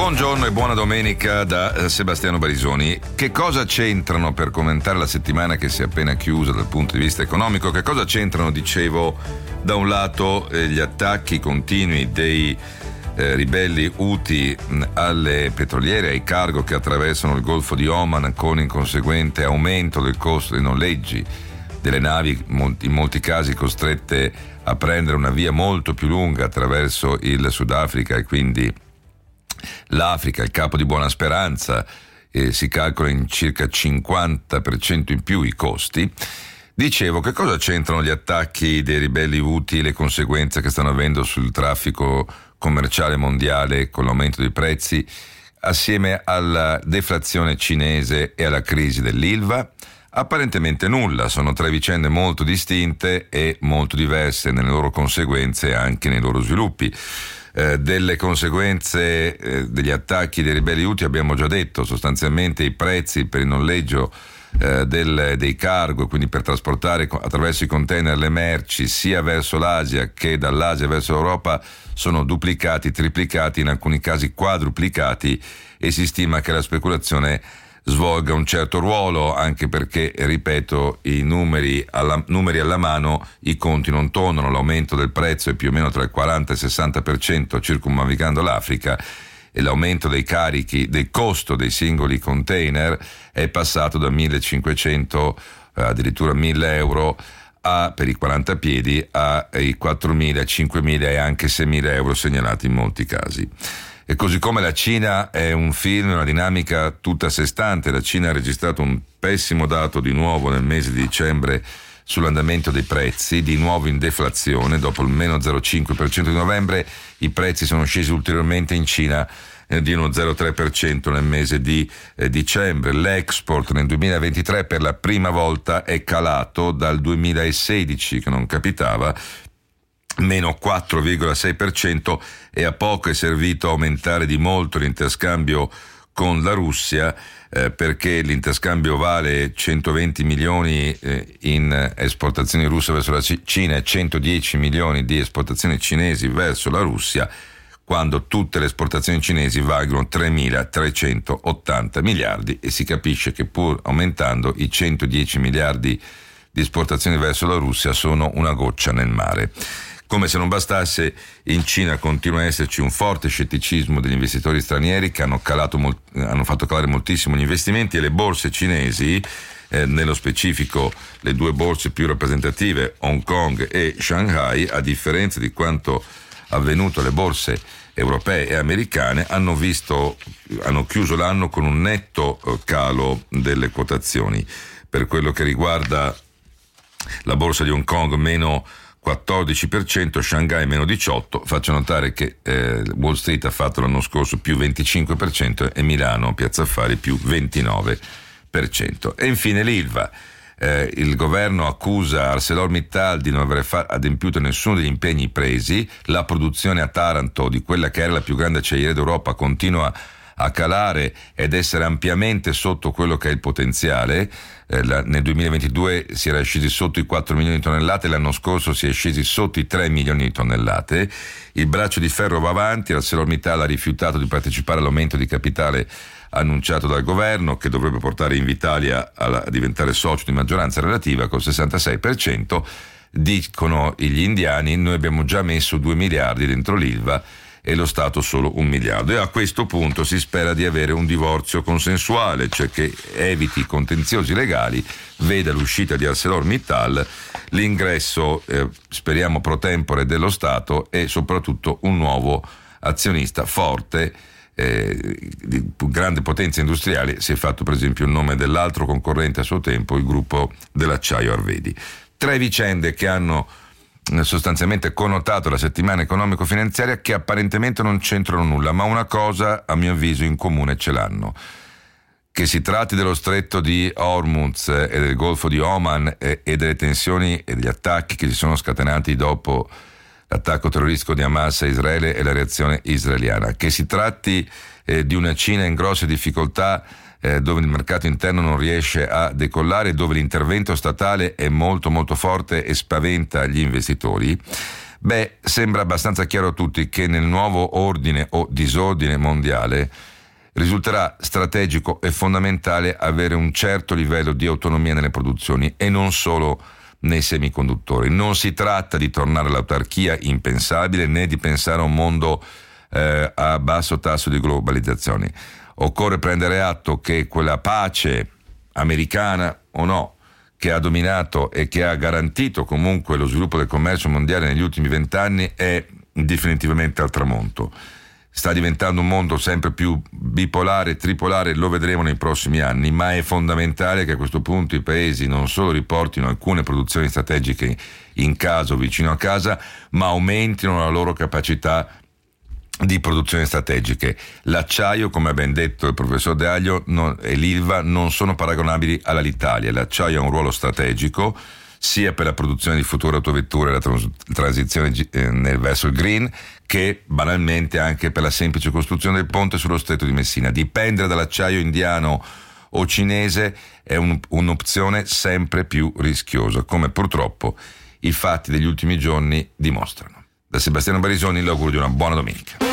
Buongiorno e buona domenica da Sebastiano Barisoni. Che cosa c'entrano, per commentare la settimana che si è appena chiusa dal punto di vista economico, che cosa c'entrano, dicevo, da un lato gli attacchi continui dei ribelli Houthi alle petroliere, ai cargo che attraversano il Golfo di Oman, con il conseguente aumento del costo dei noleggi delle navi, in molti casi costrette a prendere una via molto più lunga attraverso il Sudafrica e quindi l'Africa, il Capo di Buona Speranza, si calcola in circa 50% in più i costi. Dicevo, che cosa c'entrano gli attacchi dei ribelli Houthi e le conseguenze che stanno avendo sul traffico commerciale mondiale con l'aumento dei prezzi, assieme alla deflazione cinese e alla crisi dell'Ilva? Apparentemente nulla, sono tre vicende molto distinte e molto diverse nelle loro conseguenze e anche nei loro sviluppi. Delle conseguenze degli attacchi dei ribelli Houthi abbiamo già detto. Sostanzialmente i prezzi per il noleggio dei cargo, quindi per trasportare attraverso i container le merci sia verso l'Asia che dall'Asia verso l'Europa, sono duplicati, triplicati, in alcuni casi quadruplicati, e si stima che la speculazione svolga un certo ruolo, anche perché, ripeto, i numeri alla mano, i conti non tornano. L'aumento del prezzo è più o meno tra il 40 e il 60% circumnavigando l'Africa, e l'aumento dei carichi, del costo dei singoli container è passato da 1.500 addirittura 1.000 euro per i 40 piedi ai 4.000, 5.000 e anche 6.000 euro segnalati in molti casi. E così come la Cina è un film, una dinamica tutta a sé stante. La Cina ha registrato un pessimo dato di nuovo nel mese di dicembre sull'andamento dei prezzi, di nuovo in deflazione. Dopo il meno 0,5% di novembre, i prezzi sono scesi ulteriormente in Cina di uno 0,3% nel mese di dicembre. L'export nel 2023 per la prima volta è calato dal 2016, che non capitava, meno 4,6%, e a poco è servito a aumentare di molto l'interscambio con la Russia, perché l'interscambio vale 120 milioni in esportazioni russe verso la Cina e 110 milioni di esportazioni cinesi verso la Russia, quando tutte le esportazioni cinesi valgono 3.380 miliardi, e si capisce che pur aumentando i 110 miliardi di esportazioni verso la Russia sono una goccia nel mare. Come se non bastasse, in Cina continua a esserci un forte scetticismo degli investitori stranieri, che hanno fatto calare moltissimo gli investimenti, e le borse cinesi, nello specifico le due borse più rappresentative, Hong Kong e Shanghai, a differenza di quanto avvenuto alle borse europee e americane, hanno chiuso l'anno con un netto calo delle quotazioni. Per quello che riguarda la borsa di Hong Kong, meno 14%, Shanghai meno 18%. Faccio notare che Wall Street ha fatto l'anno scorso più 25% e Milano, Piazza Affari, più 29%. E infine l'Ilva. Il governo accusa ArcelorMittal di non aver adempiuto nessuno degli impegni presi. La produzione a Taranto di quella che era la più grande acciaiera d'Europa continua a calare ed essere ampiamente sotto quello che è il potenziale. Nel 2022 si era scesi sotto i 4 milioni di tonnellate, l'anno scorso si è scesi sotto i 3 milioni di tonnellate. Il braccio di ferro va avanti. ArcelorMittal ha rifiutato di partecipare all'aumento di capitale annunciato dal governo, che dovrebbe portare Invitalia a diventare socio di maggioranza relativa col 66%. Dicono gli indiani: noi abbiamo già messo 2 miliardi dentro l'Ilva e lo Stato solo 1 miliardo. E a questo punto si spera di avere un divorzio consensuale, cioè che eviti contenziosi legali, veda l'uscita di ArcelorMittal, l'ingresso, speriamo pro tempore, dello Stato, e soprattutto un nuovo azionista forte, di grande potenza industriale. Si è fatto per esempio il nome dell'altro concorrente a suo tempo, il gruppo dell'acciaio Arvedi. Tre vicende che hanno sostanzialmente connotato la settimana economico-finanziaria, che apparentemente non c'entrano nulla, ma una cosa a mio avviso in comune ce l'hanno. Che si tratti dello stretto di Hormuz e del Golfo di Oman e delle tensioni e degli attacchi che si sono scatenati dopo l'attacco terroristico di Hamas a Israele e la reazione israeliana. Che si tratti di una Cina in grosse difficoltà, dove il mercato interno non riesce a decollare, dove l'intervento statale è molto molto forte e spaventa gli investitori, Sembra abbastanza chiaro a tutti che nel nuovo ordine o disordine mondiale risulterà strategico e fondamentale avere un certo livello di autonomia nelle produzioni e non solo nei semiconduttori. Non si tratta di tornare all'autarchia impensabile né di pensare a un mondo a basso tasso di globalizzazione. Occorre prendere atto che quella pace americana o no che ha dominato e che ha garantito comunque lo sviluppo del commercio mondiale negli ultimi 20 anni è definitivamente al tramonto. Sta diventando un mondo sempre più bipolare, tripolare, lo vedremo nei prossimi anni, ma è fondamentale che a questo punto i paesi non solo riportino alcune produzioni strategiche in casa o vicino a casa, ma aumentino la loro capacità di produzioni strategiche. L'acciaio, come ha ben detto il professor De Aglio, e l'Ilva non sono paragonabili all'Alitalia. L'acciaio ha un ruolo strategico sia per la produzione di future autovetture e la transizione verso il green, che banalmente anche per la semplice costruzione del ponte sullo stretto di Messina. Dipendere dall'acciaio indiano o cinese è un'opzione sempre più rischiosa, come purtroppo i fatti degli ultimi giorni dimostrano. Da Sebastiano Barisoni l'augurio di una buona domenica.